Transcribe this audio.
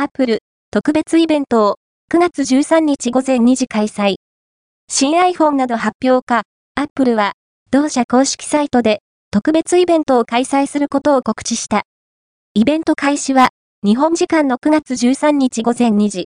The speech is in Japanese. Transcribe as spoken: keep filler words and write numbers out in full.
Apple 特別イベントをくがつじゅうさんにち午前にじ開催。新 iPhone など発表か、Apple は同社公式サイトで特別イベントを開催することを告知した。イベント開始は日本時間のくがつじゅうさんにち午前にじ。